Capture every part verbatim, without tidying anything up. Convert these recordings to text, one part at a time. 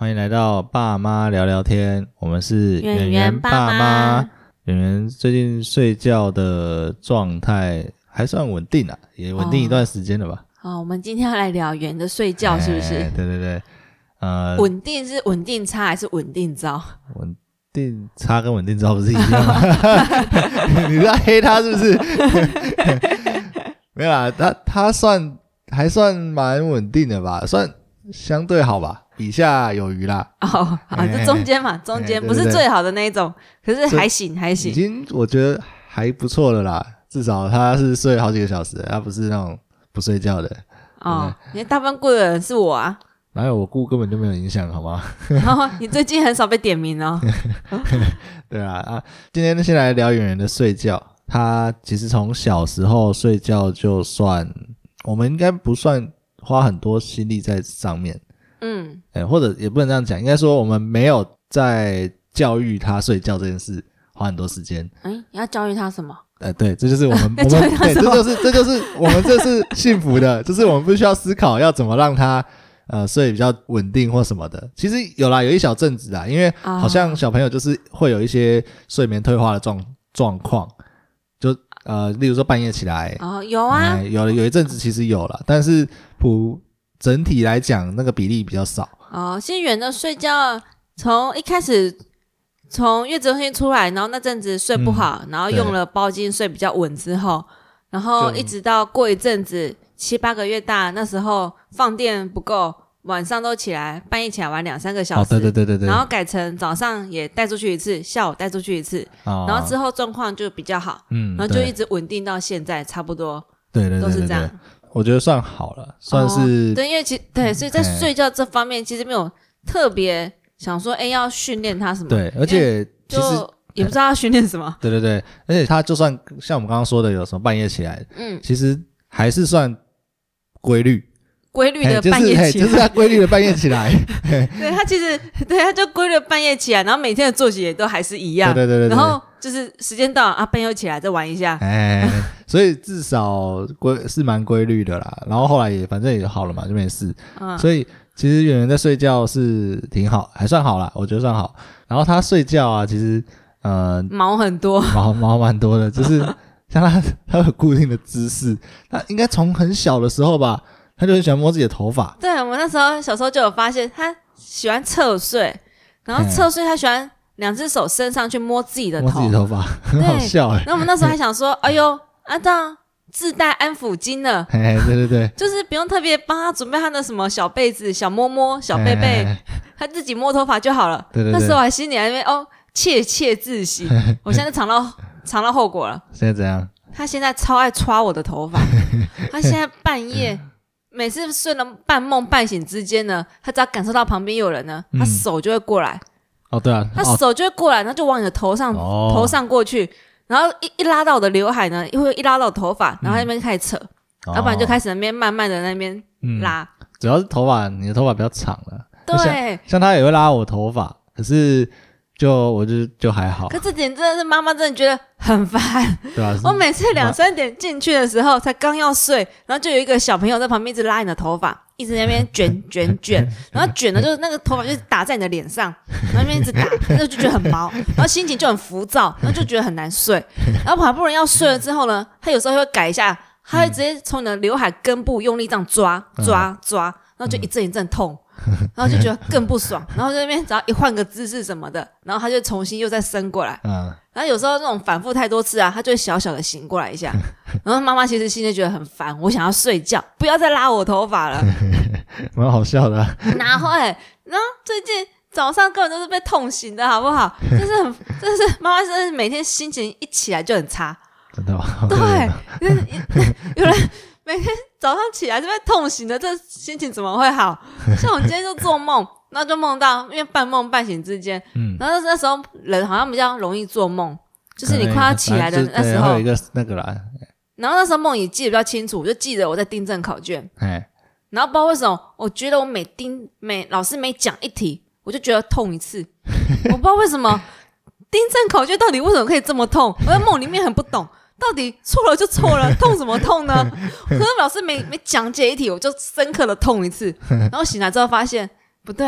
欢迎来到爸妈聊聊天，我们是圆圆爸妈。 圆圆最近睡觉的状态还算稳定啊，也稳定一段时间了吧。 哦，哦我们今天要来聊圆的睡觉是不是？ 对对对，呃， 稳定是稳定差还是稳定糟？ 稳定差跟稳定糟不是一样吗？你在黑他是不是？没有啦，他他算还算蛮稳定的吧，算相对好吧，比下有余啦。 哦，好，这中间嘛，中间不是最好的那一种，可是还行还行， 已经我觉得还不错了啦，至少他是睡好几个小时，他不是那种不睡觉的。 哦，因为大部分顾的人是我啊。 哪有，我顾根本就没有影响好吗？ 然后你最近很少被点名哦。 对啊啊，今天先来聊圆圆的睡觉。他其实从小时候睡觉就算，我们应该不算花很多心力在上面。嗯，欸，或者也不能这样讲，应该说我们没有在教育他睡觉这件事花很多时间。 哎，你要教育他什么？ 呃，对，这就是我们我们对，这就是这就是我们这是幸福的，就是我们不需要思考要怎么让他呃睡比较稳定或什么的。其实有啦，有一小阵子啦，因为好像小朋友就是会有一些睡眠退化的状状况，就呃，例如说半夜起来， 哦，有啊， 呃、有有一阵子其实有啦，但是普整体来讲那个比例比较少。 哦，新远的睡觉从一开始从月子中心出来，然后那阵子睡不好，嗯，然后用了包巾睡比较稳之后，然后一直到过一阵子七八个月大，那时候放电不够，晚上都起来，半夜起来玩两三个小时。哦， 对对对对对。 然后改成早上也带出去一次，下午带出去一次，哦，然后之后状况就比较好，嗯，然后就一直稳定到现在，差不多。 对对对对对，都是这样。我觉得算好了，算是， 哦，对，因为其对，所以在睡觉这方面其实没有特别想说，哎，要训练他什么。 对，而且其实也不知道要训练什么。 对对对，而且他就算像我们刚刚说的，有什么半夜起来，嗯，其实还是算规律。 规律的半夜起来， 就是、就是他规律的半夜起来。 对，他其实对他就规律的半夜起来，然后每天的作息也都还是一样。 对对 对, 对, 对。 然后就是时间到啊，半夜起来再玩一下。 哎，所以至少规是蛮规律的啦。然后后来也反正也好了嘛，就没事。嗯。所以其实圆圆在睡觉是挺好，还算好啦，我觉得算好。然后他睡觉啊，其实呃毛很多， 毛毛蛮多的，就是像他他有固定的姿势，他应该从很小的时候吧。他就很喜欢摸自己的头发。 对，我那时候小时候就有发现，他喜欢侧睡，然后侧睡他喜欢两只手伸上去摸自己的头， 摸自己的头发，很好笑哎。 然后我们那时候还想说，哎呦，啊这样自带安抚巾了， 嘿对对对， 就是不用特别帮他准备他的什么小被子、小摸摸、小被被，他自己摸头发就好了。对对对，那时候我还心里还在哦窃窃自喜，我现在尝到尝到后果了。 现在怎样？ 他现在超爱抓我的头发，他现在半夜。每次睡了半梦半醒之间呢，他只要感受到旁边有人呢，他手就会过来。 哦，对啊， 他手就会过来，然后就往你的头上、哦、头上过去，然后一一拉到我的刘海呢，又会一拉到我头发，然后那边开始扯，嗯、要不然就开始那边慢慢的那边拉、嗯。 主要是头发，你的头发比较长了。 对， 像, 像他也会拉我头发，可是。就我就就还好， 可这点真的是妈妈真的觉得很烦， 对啊， 我每次两三点进去的时候，才刚要睡，然后就有一个小朋友在旁边一直拉你的头发，一直在那边卷卷卷，然后卷的就是那个头发就是打在你的脸上，然后那边一直打，那就觉得很毛，然后心情就很浮躁，然后就觉得很难睡，然后好不容易要睡了之后呢，他有时候会改一下，他会直接从你的刘海根部用力这样抓抓抓，然后就一阵一阵痛。然后就觉得更不爽，然后在那边只要一换个姿势什么的，然后他就重新又再伸过来，嗯，然后有时候那种反复太多次啊，他就会小小的醒过来一下，然后妈妈其实心里觉得很烦，我想要睡觉，不要再拉我头发了， 蛮好笑的、啊。 哪会？然后最近早上根本都是被痛醒的，好不好？就是很，就是妈妈真的每天心情一起来就很差， 真的吗？ 对，有人。每天早上起来就被痛醒的，这心情怎么会好？像我今天就做梦，然后就梦到，因为半梦半醒之间，嗯，然后那时候人好像比较容易做梦，就是你快要起来的那时候， 有一个那个啦。 然后那时候梦也记得比较清楚，我就记得我在订正考卷，然后不知道为什么，我觉得我每盯每老师每讲一题，我就觉得痛一次，我不知道为什么订正考卷到底为什么可以这么痛？我在梦里面很不懂。到底错了就错了，痛什么痛呢？可是老师每每讲解一题，我就深刻的痛一次，然后醒来之后发现不对啊，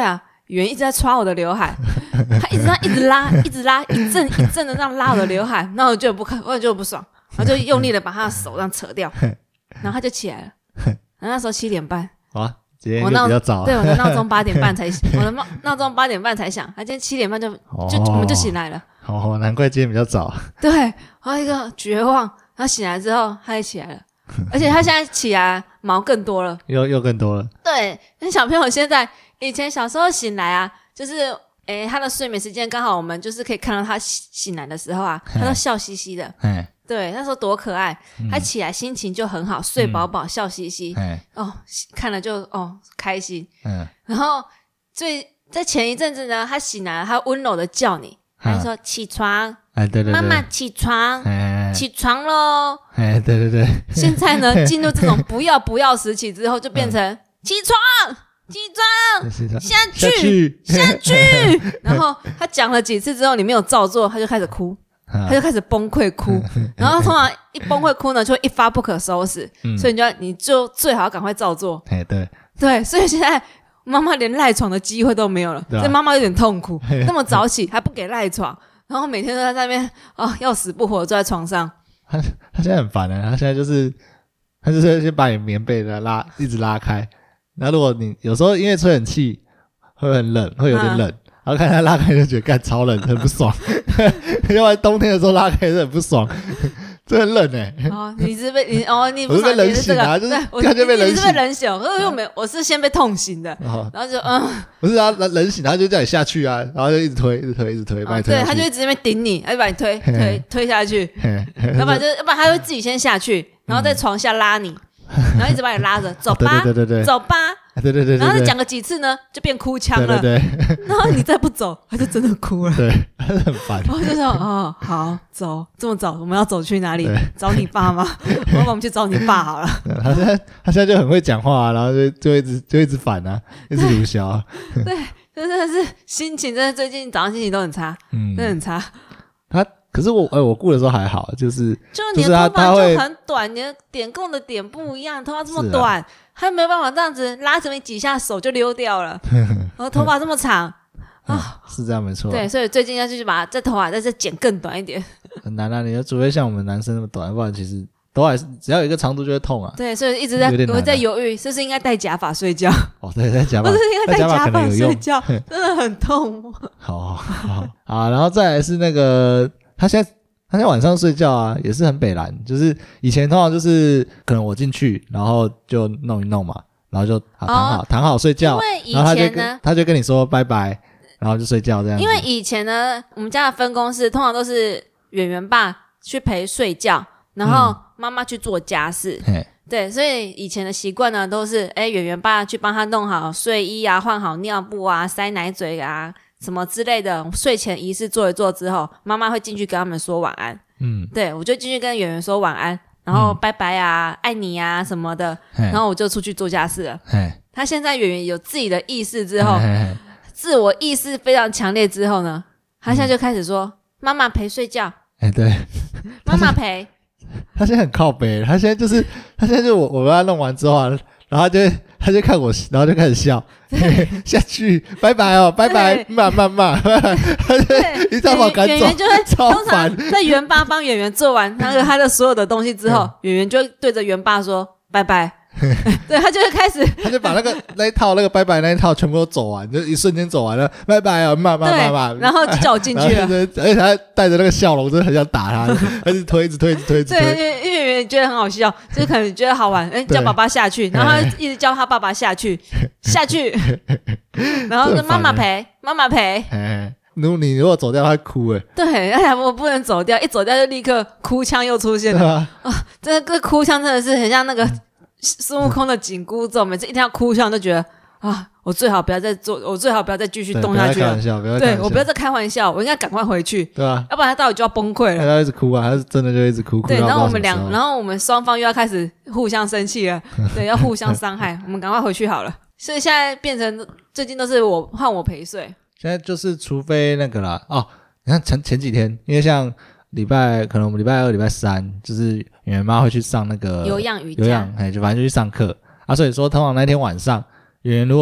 圆圆一直在抓我的刘海，他一直在一直拉，一直拉，一阵一阵的这样拉我的刘海，然后我就不看，我就不爽，然后就用力的把他的手这样扯掉，然后他就起来了。然后那时候七点半， 啊，今天又比较早， 对，我的闹钟八点半才，我的闹闹钟八点半才响，他今天七点半就就、哦、我们就醒来了。 哦，难怪今天比较早。 对，然后一个绝望，他醒来之后他也起来了，而且他现在起来毛更多了， 又又更多了。 对，那小朋友现在以前小时候醒来啊，就是诶他的睡眠时间刚好我们就是可以看到他醒来的时候啊，他都笑嘻嘻的。对，那时候多可爱，他起来心情就很好，睡饱饱，笑嘻嘻，哦，看了就哦开心。嗯，然后最在前一阵子呢，他醒来了，他温柔的叫你，他就说起床， 哎，对对对， 妈妈起床，起床咯。 哎，对对对。现在呢，进入这种不要不要时期之后，就变成起床。起床，下去，下去。然后他讲了几次之后，你没有照做，他就开始哭。他就开始崩溃哭，然后通常一崩溃哭呢，就会一发不可收拾，嗯、所以你就要你就最好要赶快照做。 哎，对对，所以现在妈妈连赖床的机会都没有了，啊、所以妈妈有点痛苦。那么早起还不给赖床，然后每天都在那边哦要死不活坐在床上。 他他现在很烦啊，他现在就是他就是先把你棉被的拉一直拉开，然后如果你有时候因为吹冷气会很冷，会有点冷。啊然后看他拉开就觉得干超冷，很不爽。要不然冬天的时候拉开是很不爽，这很冷哎、欸。哦， 你是被你哦，你不是被冷醒啊，就是看见被冷醒， 你是被冷醒，可是又没有，我是先被痛醒的，哦、然后就嗯， 不是啊，冷醒他就叫你下去啊，然后就一直推，一直推，一直推，把你推下去。 对，他就一直在那边顶你，他就把你推推推下去，要不然就要不然他会自己先下去，然后在床下拉你，然后一直把你拉着，走吧， 对对对对， 走吧。 对对 对, 对, 对， 然后再讲个几次呢，就变哭腔了。 对对对， 然后你再不走，他就真的哭了。 对，他很烦。 然后就说：“哦，好，走，这么早，我们要走去哪里？找你爸吗？我我们去找你爸好了。” 他现在他现在就很会讲话、啊，然后就就一直就一直烦啊，一直鲁小、啊。 对，真的是心情，真的最近早上心情都很差，嗯，真的很差。 他可是我哎、欸，我顾的时候还好，就是就你的头发就很短，你的点供的点不一样，头发这么短。他没有办法这样子拉着你几下手就溜掉了，然后头发这么长啊、哦， 是这样没错。 对，所以最近要继续把这头发再再剪更短一点。 很难啊，你要除非像我们男生那么短，不然其实都还是只要有一个长度就会痛啊。 对，所以一直在我在犹豫，是不是应该戴假发睡觉？ 哦，对，戴假发， 不是应该戴假发睡觉，真的很痛。 好好好，然后再来是那个他现在。他在晚上睡觉啊，也是很北蓝，就是以前通常就是可能我进去，然后就弄一弄嘛，然后就好躺好、哦、躺好睡觉， 因为以前呢然后他就跟他就跟你说拜拜，然后就睡觉这样子。 因为以前呢，我们家的分工是通常都是圆圆爸去陪睡觉，然后妈妈去做家事。嗯、对，所以以前的习惯呢，都是哎圆圆爸去帮他弄好睡衣啊，换好尿布啊，塞奶嘴啊。什么之类的，睡前仪式做一做之后，妈妈会进去跟他们说晚安。嗯，对，我就进去跟圆圆说晚安，然后拜拜啊、嗯、爱你啊什么的，然后我就出去做家事了。他现在圆圆有自己的意识之后，自我意识非常强烈之后呢，他现在就开始说、嗯、妈妈陪睡觉。 哎，对， 妈妈陪。 他现在很靠北，他现在就是他现在就我我把他弄完之后、啊，然后他就他就看我，然后就开始笑，下去，拜拜哦，拜拜，骂骂骂，他就一大把赶走， 圆圆就会超烦。 在圆爸帮圆圆做完那个他的所有的东西之后，圆圆就对着圆爸说拜拜。对，他就会开始， 他就把那个那一套那个拜拜那一套全部都走完，就一瞬间走完了，拜拜啊，骂骂骂骂， 然后就叫我进去了， 而且他带着那个笑容，真的很想打他，他一直推，一直推，一直推，一直推。 对，因为因为觉得很好笑，就是可能觉得好玩，哎，叫爸爸下去，然后他一直叫他爸爸下去，下去，然后跟妈妈陪，妈妈陪。 如你如果走掉，他会哭哎。 对，哎呀，我不能走掉，一走掉就立刻哭腔又出现了啊！这个哭腔真的是很像那个。孙悟空的紧箍咒，每次一听到哭腔，就觉得啊，我最好不要再做，我最好不要再继续动下去了。对，我不要再开玩笑，我应该赶快回去， 对啊， 要不然他到底就要崩溃了。 他一直哭啊，他是真的就一直哭哭。 对，然后我们两，然后我们双方又要开始互相生气了，对，要互相伤害，我们赶快回去好了。所以现在变成最近都是我换我陪睡。 现在就是除非那个啦，哦，你看前前几天，因为像。礼拜可能我们礼拜二、礼拜三，就是圆圆妈会去上那个有氧瑜伽， 有氧，哎，就反正就去上课啊。所以说，通常那天晚上，圆圆如果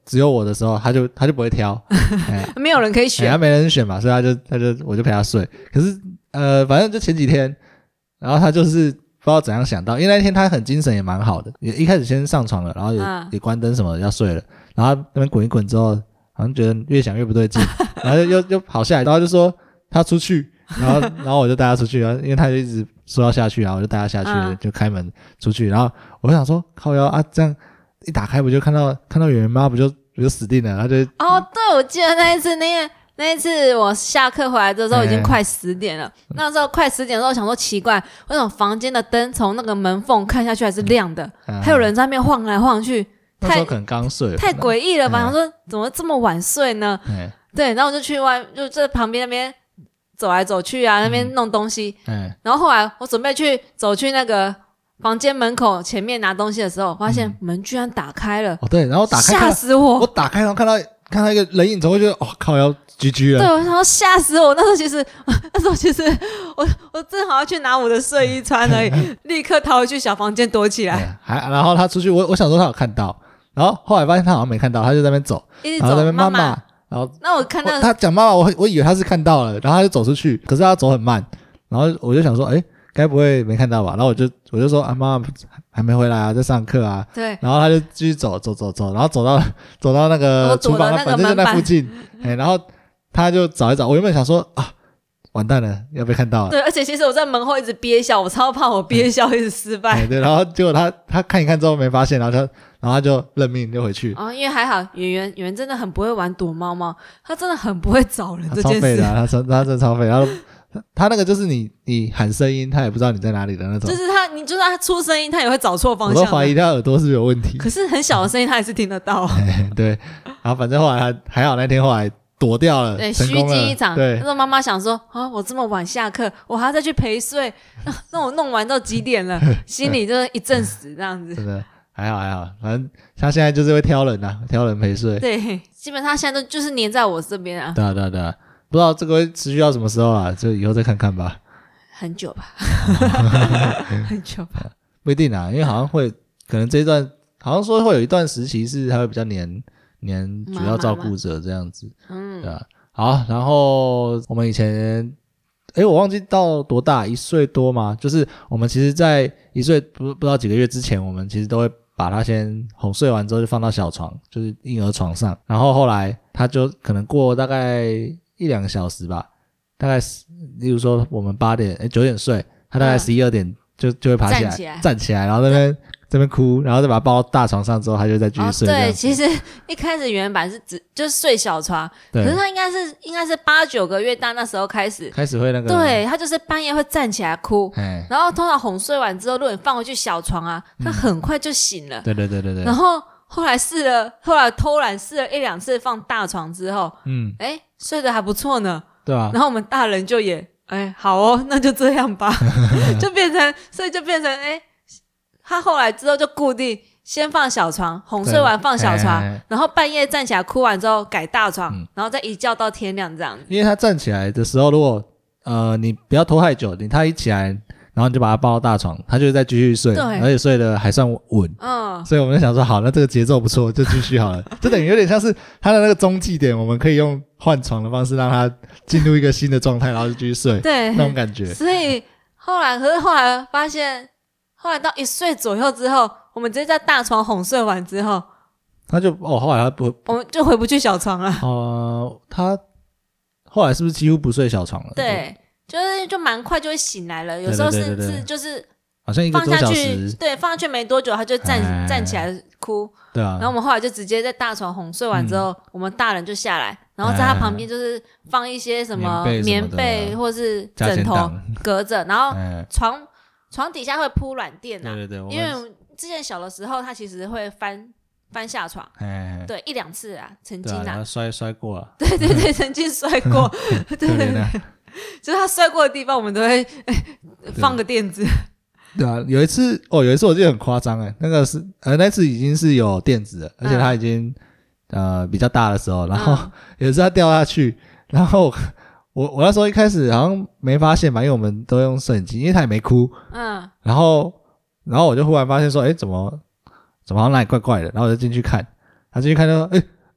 只有我的时候，他就他就不会挑，哎、 没有人可以选， 哎他没人选嘛，所以他就他就我就陪他睡。可是呃，反正就前几天，然后他就是不知道怎样想到，因为那天他很精神也蛮好的，也一开始先上床了，然后也、嗯、也关灯什么的要睡了，然后他那边滚一滚之后，好像觉得越想越不对劲，然后就又又跑下来，然后就说他出去，然后然后我就带他出去，然后因为他就一直说要下去，然后我就带他下去了，嗯、就开门出去，然后我就想说靠腰啊，这样一打开不就看到看到圆圆妈不就不就死定了，然后就哦，对，我记得那一次那个。那一次我下课回来的时候已经快十点了，欸、那时候快十点的时候想说奇怪，为什么房间的灯从那个门缝看下去还是亮的，嗯、还有人在那边晃来晃去， 那时候可能刚睡， 太诡异了吧？欸、想说怎么这么晚睡呢？欸、对，然后我就去外，就在旁边那边走来走去啊，那边弄东西。嗯、然后后来我准备去走去那个房间门口前面拿东西的时候，发现门居然打开了。 哦，对，然后打开吓死我！ 我打开然后看到看到一个人影走过去，哦靠，要。G G 了， 对，我想要吓死我。那时候其实，那时候其实我我正好要去拿我的睡衣穿而已，立刻逃回去小房间躲起来。 还然后他出去，我我想说他有看到，然后后来发现他好像没看到，他就在那边走， 一直走然后在那边妈妈， 然后那我看到他讲妈妈，我我以为他是看到了，然后他就走出去，可是他走很慢，然后我就想说，哎，该不会没看到吧？然后我就我就说啊，妈妈还没回来啊，在上课啊。 对。 然后他就继续走走走走，然后走到走到那个厨房，反正就在附近，哎，然后。他就找一找，我原本想说啊，完蛋了，要被看到了。 对，而且其实我在门后一直憋笑，我超怕我憋笑一直失败。 对，然后结果他他看一看之后没发现，然后他然后他就认命就回去。 哦，因为还好圆圆圆圆真的很不会玩躲猫猫，他真的很不会找人这件事。 超废的、啊，他超他真的超废，然后他那个就是你你喊声音，他也不知道你在哪里的那种。 就是他，你就算他出声音，他也会找错方向。 我都怀疑他耳朵是不是有问题。 可是很小的声音，他还是听得到。 对，然后反正后来还还好，那天后来。躲掉了， 对，虚成功了惊一场。 对， 那时候妈妈想说啊，我这么晚下课，我还要再去陪睡，那、啊、那我弄完到几点了？心里就是一阵死这样子。 真的还好还好，反正他现在就是会挑人啊，挑人陪睡。 对，基本上现在都就是黏在我这边啊。 对啊对啊对啊，不知道这个会持续到什么时候啊？就以后再看看吧。 很久吧，很久吧， 不一定啊，因为好像会可能这一段好像说会有一段时期是他会比较黏。年主要照顾者这样子，嗯，对吧、啊？好，然后我们以前，诶，我忘记到多大，一岁多吗？就是我们其实，在一岁不不知道几个月之前，我们其实都会把他先哄睡完之后就放到小床，就是婴儿床上，然后后来他就可能过大概一两个小时吧，大概例如说我们八点，诶九点睡，他大概十一二点就就会爬起来， 站起来， 站起来，然后那边。这边哭，然后再把他抱到大床上之后，他就再继续睡、哦。 对，其实一开始原版是只就是睡小床，可是他应该是应该是八九个月大那时候开始开始会那个， 对他就是半夜会站起来哭，然后通常哄睡完之后，如果你放回去小床啊，他很快就醒了。 嗯、对对对对对。 然后后来试了，后来偷懒试了一两次放大床之后，嗯，哎，睡得还不错呢。 对啊。 然后我们大人就也哎好哦，那就这样吧，就变成所以就变成哎。他后来之后就固定先放小床，哄睡完放小床，然后半夜站起来哭完之后改大床，嗯、然后再一觉到天亮这样子。 因为他站起来的时候，如果呃你不要拖太久，你他一起来，然后你就把他抱到大床，他就再继续睡，而且睡得还算稳。嗯，所以我们就想说，好，那这个节奏不错，就继续好了。这等于有点像是他的那个中继点，我们可以用换床的方式让他进入一个新的状态，然后就继续睡， 对， 那种感觉。 所以后来，可是后来发现。后来到一岁左右之后，我们直接在大床哄睡完之后， 他就哦，后来他不， 我们就回不去小床了。 哦、呃，他后来是不是几乎不睡小床了？ 对，就是就蛮快就会醒来了。有时候是对对对对是就是好像一个多小时， 对，放下去没多久他就站、哎、站起来哭。 对啊。 然后我们后来就直接在大床哄睡完之后，嗯、我们大人就下来，然后在他旁边就是放一些什么棉被、棉被或是枕头隔着，然后床。哎床底下会铺软垫啊， 对对对， 因为之前小的时候，他其实会翻翻下床， 嘿嘿对，一两次啊，曾经啊， 啊， 摔摔过了， 对对对，曾经摔过，对对对，就是他摔过的地方，我们都会、欸、放个垫子。 对啊，有一次哦，有一次我记得很夸张哎，那个是呃那次已经是有垫子了，而且他已经、嗯、呃比较大的时候，然后、嗯、有一次他掉下去，然后。我我那时候一开始好像没发现吧，因为我们都用摄影机，因为他也没哭，嗯，然后然后我就忽然发现说，诶怎么怎么好像哪里怪怪的，然后我就进去看，他进去看就说，诶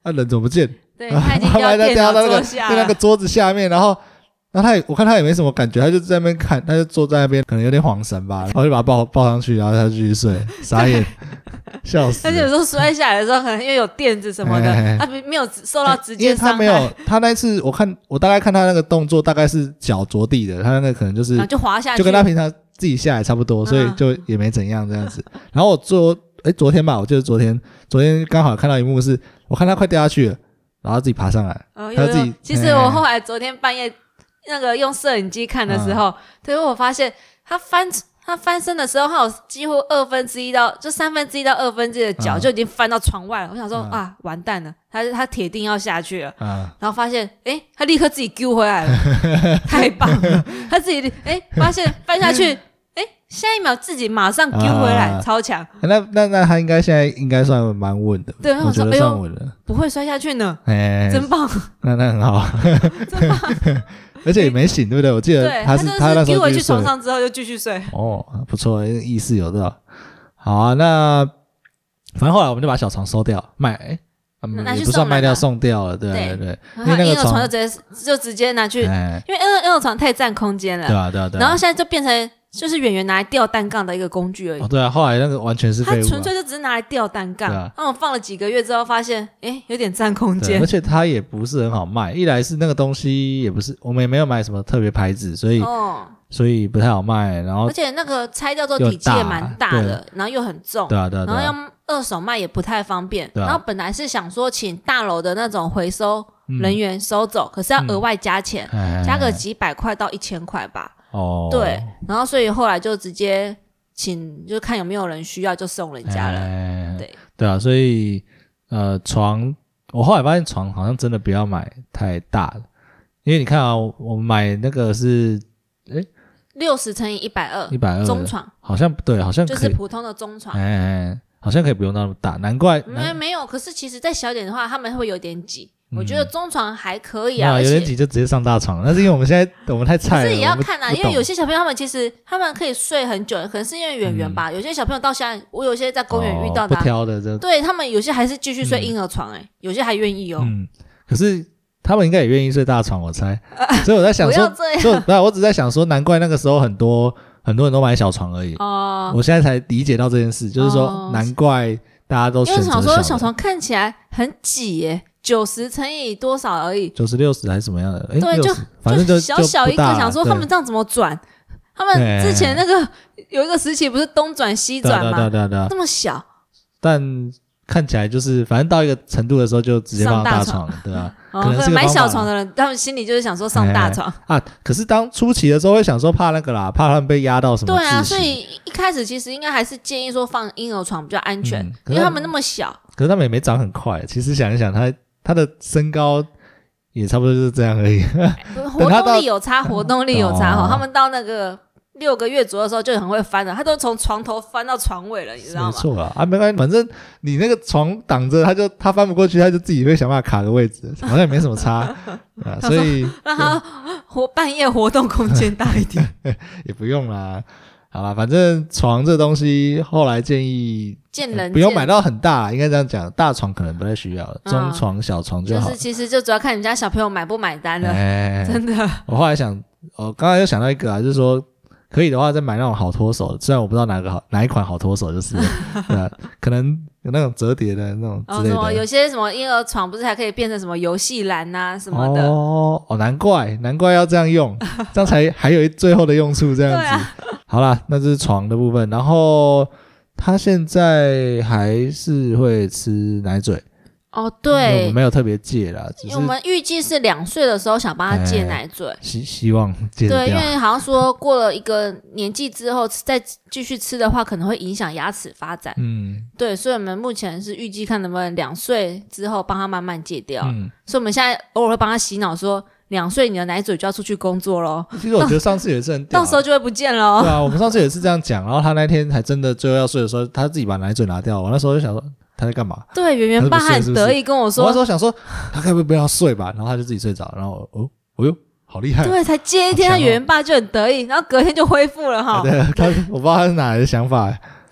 啊人怎么不见？ 对，他已经掉电脑桌下了， 在那个桌子下面，然后。然后他也，我看他也没什么感觉，他就在那边看，他就坐在那边，可能有点恍神吧，然后就把他抱抱上去，然后他就继续睡，傻眼，笑死了。 而且有时候摔下来的时候，可能因为有垫子什么的，嘿嘿他没有受到直接伤害。 因为他没有，他那次我看，我大概看他那个动作，大概是脚着地的，他那个可能就是、 啊、就滑下去， 就跟他平常自己下来差不多，所以就也没怎样这样子。嗯、然后我昨哎昨天吧，我记得昨天，昨天刚好看到一幕是，我看他快掉下去了，然后自己爬上来， 哦、 他自己。 其实我后来昨天半夜。那个用摄影机看的时候，对、嗯，我发现他翻他翻身的时候，他有几乎二分之一到就三分之一到二分之一的脚、嗯、就已经翻到床外了。我想说、嗯、啊，完蛋了，他他铁定要下去了。嗯、然后发现，哎，他立刻自己丢回来了，太棒了！他自己哎，发现翻下去，哎，下一秒自己马上丢回来，啊、超强。 那那那他应该现在应该算蛮稳的， 对， 我觉得算稳了、哎， 不会摔下去呢，哎，真棒。 那那很好，真棒。而且也没醒，对不对？我记得他是他那时候丢回去床上之后就继续睡。 哦，不错，意识有的。好啊，那反正后来我们就把小床收掉，卖，哎、嗯，也不算卖掉，送掉了，对对对。因为那个床就直接就直接拿去，哎、因为婴儿床太占空间了， 对啊对啊对啊。 然后现在就变成。就是演员拿来吊单杠的一个工具而已。 哦，对啊，后来那个完全是废物、啊。 他纯粹就只是拿来吊单杠。对啊。那我放了几个月之后，发现，哎，有点占空间。 而且它也不是很好卖，一来是那个东西也不是，我们也没有买什么特别牌子，所以，哦、所以不太好卖。然后， 而且那个拆掉之后体积也蛮大的，然后又很重。 对啊，对啊。 然后要二手卖也不太方便。对啊。然后本来是想说请大楼的那种回收人员收走，嗯、可是要额外加钱，嗯、加个几百块到一千块吧。哦，对，然后所以后来就直接请，就看有没有人需要就送人家了。哎、对对啊，所以呃床，我后来发现床好像真的不要买太大的，因为你看啊，我买那个是哎六十乘以一百二， 一百二中床， 好像对，好像可以就是普通的中床。 哎哎，好像可以不用那么大，难怪没没有，可是其实再小一点的话，他们会有点挤。我觉得中床还可以啊， 嗯、有点挤就直接上大床，那是因为我们现在我们太菜了。 可是也要看啊，因为有些小朋友他们其实他们可以睡很久，可能是因为演员吧、嗯。有些小朋友到现在，我有些在公园遇到的、啊哦、不挑的这， 对他们有些还是继续睡婴儿床、欸，哎、嗯，有些还愿意哦。 嗯，可是他们应该也愿意睡大床，我猜。所以我在想说， 不要这样所以不我只在想说，难怪那个时候很多很多人都买小床而已。哦，我现在才理解到这件事，就是说、哦、难怪大家都选择小的。 因为想说小床看起来很挤耶、欸。九十乘以多少而已？ 九十六十还是什么样的？ 对，就反正就小小一个，想说他们这样怎么转？他们之前那个有一个时期不是东转西转吗？ 对对对对， 这么小， 但看起来就是反正到一个程度的时候就直接放大床，对吧、啊？ 可能是买小床的人，他们心里就是想说上大床啊。可是当初期的时候会想说怕那个啦，怕他们被压到什么？ 对啊，所以一开始其实应该还是建议说放婴儿床比较安全，嗯、因为他们那么小。 可是他们也没长很快，其实想一想他。他的身高也差不多就是这样而已。 活动力有差，活动力有差哈、哦。他们到那个六个月左右的时候就很会翻了，他都从床头翻到床尾了，你知道吗？ 没错啊，啊没关系，反正你那个床挡着，他就他翻不过去，他就自己会想办法卡个位置，好像也没什么差啊。所以让他活半夜活动空间大一点， 也不用啦。好啦，反正床这东西后来建议见人、呃、 不用买到很大，应该这样讲，大床可能不太需要，中床、嗯、小床就好。 就是其实就主要看你家小朋友买不买单了，欸、真的。 我后来想，我刚才又想到一个啊，就是说可以的话再买那种好脱手的，虽然我不知道哪个好哪一款好脱手，就是对啊，可能有那种折叠的那种之类的。 哦、什么有些什么婴儿床不是还可以变成什么游戏篮啊什么的？ 哦哦，难怪难怪要这样用，这样才还有最后的用处这样子。啊、好啦，那这是床的部分，然后他现在还是会吃奶嘴。 哦，对， 我们没有特别戒啦，只是我们预计是两岁的时候想帮他戒奶嘴，欸、 希希望戒得掉。 对，因为好像说过了一个年纪之后再继续吃的话，可能会影响牙齿发展。嗯，对，所以我们目前是预计看能不能两岁之后帮他慢慢戒掉。嗯，所以我们现在偶尔会帮他洗脑说，两岁你的奶嘴就要出去工作咯。 其实我觉得上次也是很屌， 到时候就会不见了。 对啊，我们上次也是这样讲，然后他那天还真的最后要睡的时候，他自己把奶嘴拿掉。我那时候就想说。他在干嘛？ 对，圆圆爸还很得意跟我说， 我那时候想说他该不会不要睡吧，然后他就自己睡着，然后哦，哦哟，好厉害！ 对，才接一天，他圆圆爸就很得意，然后隔天就恢复了哈。 对，他我不知道他是哪来的想法。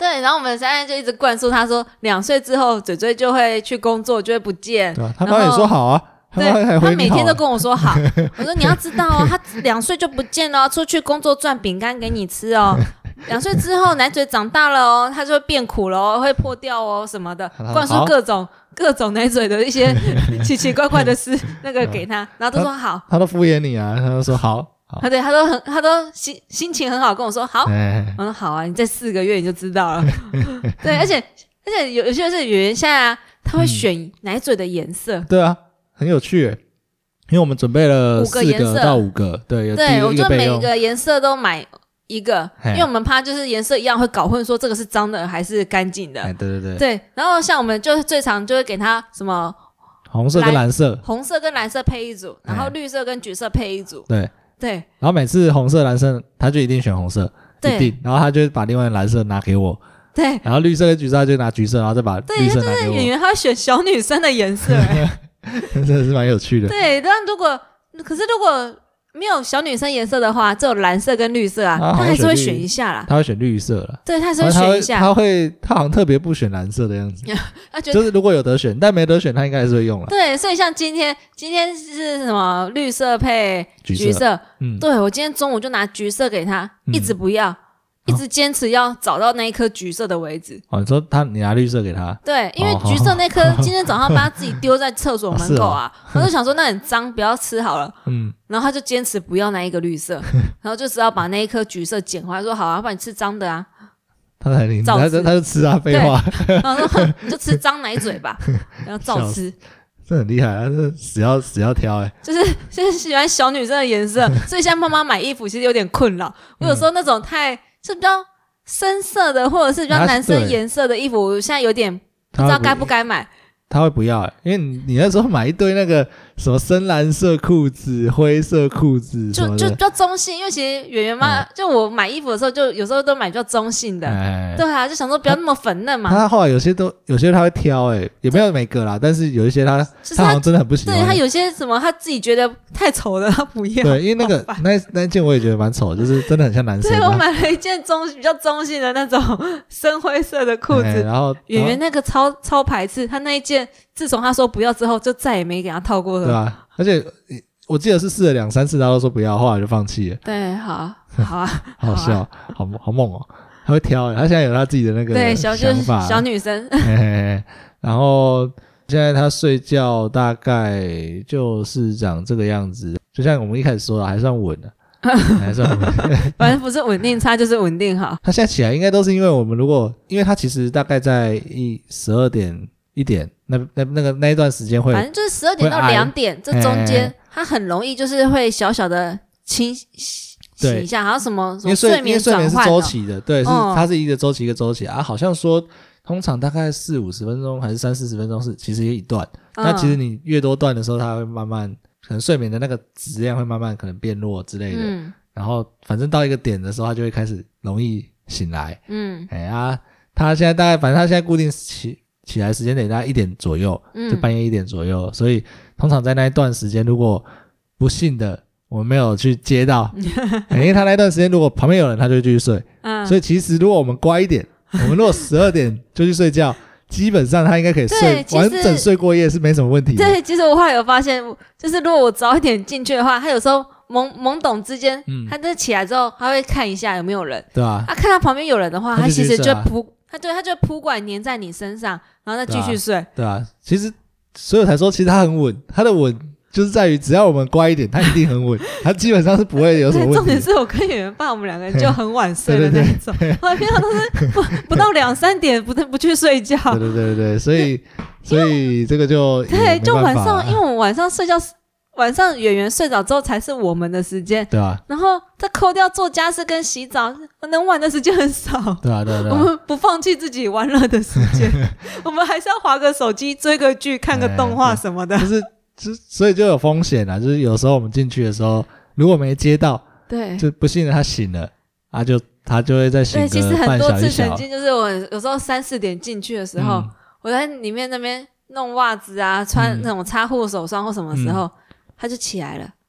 对，然后我们现在就一直灌输他说，两岁之后嘴嘴就会去工作，就会不见。 对啊，他妈也说好啊，他对， 还他每天都跟我说好。我说你要知道哦，他两岁就不见了，出去工作赚饼干给你吃哦。两岁之后奶嘴长大了哦，他就会变苦了哦，会破掉哦什么的，灌输各种各种奶嘴的一些奇奇怪怪的事那个给他，然后都说好， 他都敷衍你啊，他都说好。 他对他都很，他都心心情很好，跟我说好。我说好啊，你再四个月你就知道了。对，而且而且有有些是圆圆现在啊，他会选奶嘴的颜色。 嗯、对啊，很有趣耶，因为我们准备了四个到五个，对，有对，我就每个个颜色都买一个，因为我们怕就是颜色一样会搞混，说这个是脏的还是干净的。 对对对。 对，然后像我们就最常就会给他什么红色跟蓝色， 红色跟蓝色配一组，然后绿色跟橘色配一组。 对。 对， 然后每次红色蓝色他就一定选红色，一定，然后他就把另外的蓝色拿给我， 对， 然后绿色跟橘色他就拿橘色，然后再把绿色拿给我。 对，演员他会选小女生的颜色， 真的是蛮有趣的。 对，但如果可是如果没有小女生颜色的话，只有蓝色跟绿色啊，他还是会选一下啦。 他会选绿色啦， 对，他还是会选一下。 他会，他好像特别不选蓝色的样子，就是如果有得选，但没得选，他应该还是会用了。 对，所以像今天，今天是什么绿色配橘色？橘色嗯，对我今天中午就拿橘色给他，一直不要。嗯一直坚持要找到那一颗橘色的为止。 哦，你说他你拿绿色给他？ 对，因为橘色那颗今天早上把他自己丢在厕所门口啊，我就想说那很脏，不要吃好了。嗯，然后他就坚持不要那一个绿色，然后就只要把那一颗橘色捡回来，说好啊，不然你吃脏的啊。 他才领，他就他就吃啊，废话。 然后说你就吃脏奶嘴吧，然后照吃。 这很厉害啊！这死要死要挑哎、欸， 就是就是喜欢小女生的颜色，所以像妈妈买衣服其实有点困扰。我有时候那种太是比较深色的，或者是比较男生颜色的衣服，我现在有点不知道该不该买。 他会不要、欸，因为你你那时候买一堆那个什么深蓝色裤子、灰色裤子什么的， 就就比较中性。因为其实圆圆妈、嗯、就我买衣服的时候，就有时候都买比较中性的，哎、对啊，就想说不要那么粉嫩嘛。 他后来有些都有些他会挑、欸，哎，也没有每个啦，但是有一些他、就是、他好像真的很不喜欢。 对他有些什么他自己觉得太丑的，他不要。 对，因为那个那那件我也觉得蛮丑，就是真的很像男生。 对，我买了一件中比较中性的那种深灰色的裤子，欸、 然后圆圆那个超超排斥，他那一件。自从他说不要之后，就再也没给他套过了。 对啊，而且我记得是试了两三次，他都说不要，后来就放弃了。 对，好，好啊， 好笑，好好猛哦！他会挑，他现在有他自己的那个对小想法， 小女生。 嘿嘿嘿然后现在他睡觉大概就是长这个样子，就像我们一开始说的，还算稳的。还算稳反正不是稳定差就是稳定好。 他现在起来应该都是因为我们如果，因为他其实大概在一十二点。一点，那那那个那一段时间会， 反正就是十二点到两点这中间，它很容易就是会小小的清洗一下，好像什么什么睡眠转换、哦、因为睡眠是周期的，对，是、嗯、它是一个周期一个周期啊，好像说通常大概四五十分钟还是三四十分钟是其实也一段，嗯、那其实你越多段的时候，它会慢慢可能睡眠的那个质量会慢慢可能变弱之类的，嗯、然后反正到一个点的时候，它就会开始容易醒来，嗯，哎啊，他现在大概反正他现在固定起。起来时间点大概一点左右，就半夜一点左右、嗯、所以通常在那一段时间如果不幸的我们没有去接到因为他那段时间如果旁边有人他就会继续睡、嗯、所以其实如果我们乖一点我们如果十二点就去睡觉基本上他应该可以睡完整睡过夜是没什么问题的。 对，其实我后来有发现就是如果我早一点进去的话，他有时候懵懵懂之间、嗯、他就起来之后他会看一下有没有人， 对啊， 他看到旁边有人的话他其实就扑他对他就扑过来黏在你身上，然后再继续睡。 对啊，对啊其实所以我才说，其实他很稳，他的稳就是在于只要我们乖一点，他一定很稳，他基本上是不会有什么问题。 重点是我跟圆圆爸我们两个人就很晚睡的那一种，我平常都是不不到两三点不不去睡觉。 对对对对，所以所以这个就对，就晚上，因为我们晚上睡觉。晚上圆圆睡着之后才是我们的时间， 对啊， 然后再扣掉做家事跟洗澡，能玩的时间很少， 对啊，对啊，对啊我们不放弃自己玩乐的时间，我们还是要滑个手机、追个剧、看个动画什么的， 就是，就所以就有风险啊，就是有时候我们进去的时候，如果没接到， 对， 就不幸的他醒了，啊就他就会再醒个半小时。 对，其实很多次曾经就是我有时候三四点进去的时候，嗯、我在里面那边弄袜子啊，穿那种擦护手霜或什么时候。嗯他就起来了，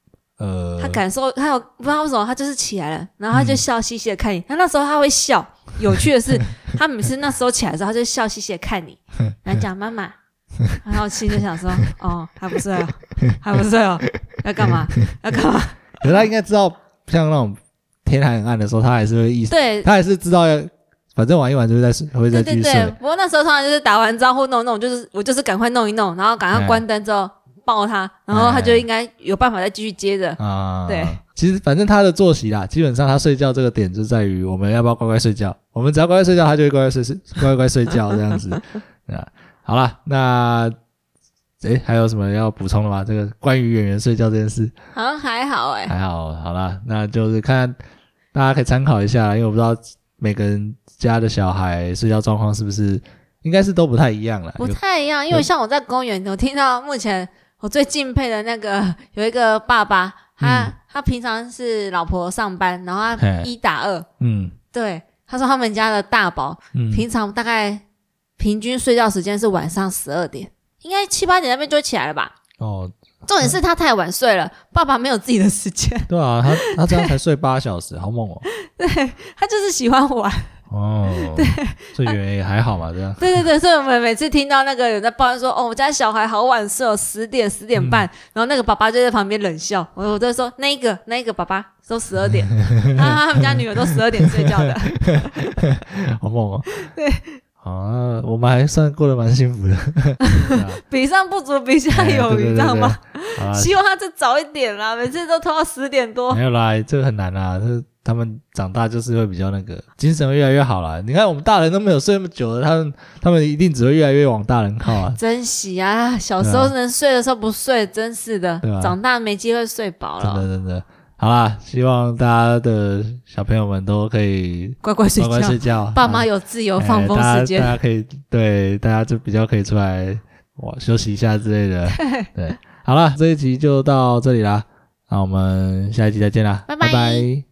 呃， 他感受，他有不知道为什么，他就是起来了，然后他就笑嘻嘻的看你。他那时候他会笑，有趣的是，他每次那时候起来的时候，他就笑嘻嘻的看你，然后讲妈妈，然后心里就想说，哦，还不睡哦，还不睡哦，要干嘛？要干嘛？ 可是他应该知道，像那种天还很暗的时候，他还是会意识， 对， 他还是知道要，反正玩一玩就会再睡，会再继续睡。 对对对，不过那时候通常就是打完招呼弄一弄，就是我就是赶快弄一弄，然后赶快关灯之后。抱他，然后他就应该有办法再继续接着啊。对， 其实反正他的作息啦，基本上他睡觉这个点就在于我们要不要乖乖睡觉。我们只要乖乖睡觉，他就会乖乖睡，乖乖睡觉这样子。啊，好啦，那诶还有什么要补充的吗？这个关于演员睡觉这件事， 好像还好诶、欸、 还好。好啦，那就是看大家可以参考一下，因为我不知道每个人家的小孩睡觉状况是不是，应该是都不太一样啦。 不太一样，因为像我在公园，我听到目前。我最敬佩的那个有一个爸爸，他、嗯、他平常是老婆上班，然后他一打二，嗯，对，他说他们家的大宝、嗯、平常大概平均睡觉时间是晚上十二点，应该七八点那边就会起来了吧？哦，重点是他太晚睡了，爸爸没有自己的时间。 对啊，他他这样才睡八小时，好猛哦。 对，他就是喜欢玩。 哦，对，所以也还好嘛，这样。 对对对，所以我们每次听到那个有在抱怨说，哦，我家小孩好晚睡哦，十点十点半、嗯，然后那个爸爸就在旁边冷笑，我我就说那一个那一个爸爸都十二点，他他们家女儿都十二点睡觉的， 好猛哦。 对， 啊，我们还算过得蛮幸福的， 比上不足，比下有余，知道吗？希望他再早一点啦，每次都拖到十点多。 没有啦，这个很难啦，这。他们长大就是会比较那个精神会越来越好啦。你看我们大人都没有睡那么久了，他们他们一定只会越来越往大人靠啊。 珍惜啊，小时候能睡的时候不睡，真是的。对啊，长大没机会睡饱了。 真的真的。好啦，希望大家的小朋友们都可以乖乖睡觉， 乖乖睡觉。 爸妈有自由放风时间、 哎，大家大家可以对大家就比较可以出来哇休息一下之类的。对，好啦，这一集就到这里啦，那我们下一集再见啦， 拜拜。 拜拜。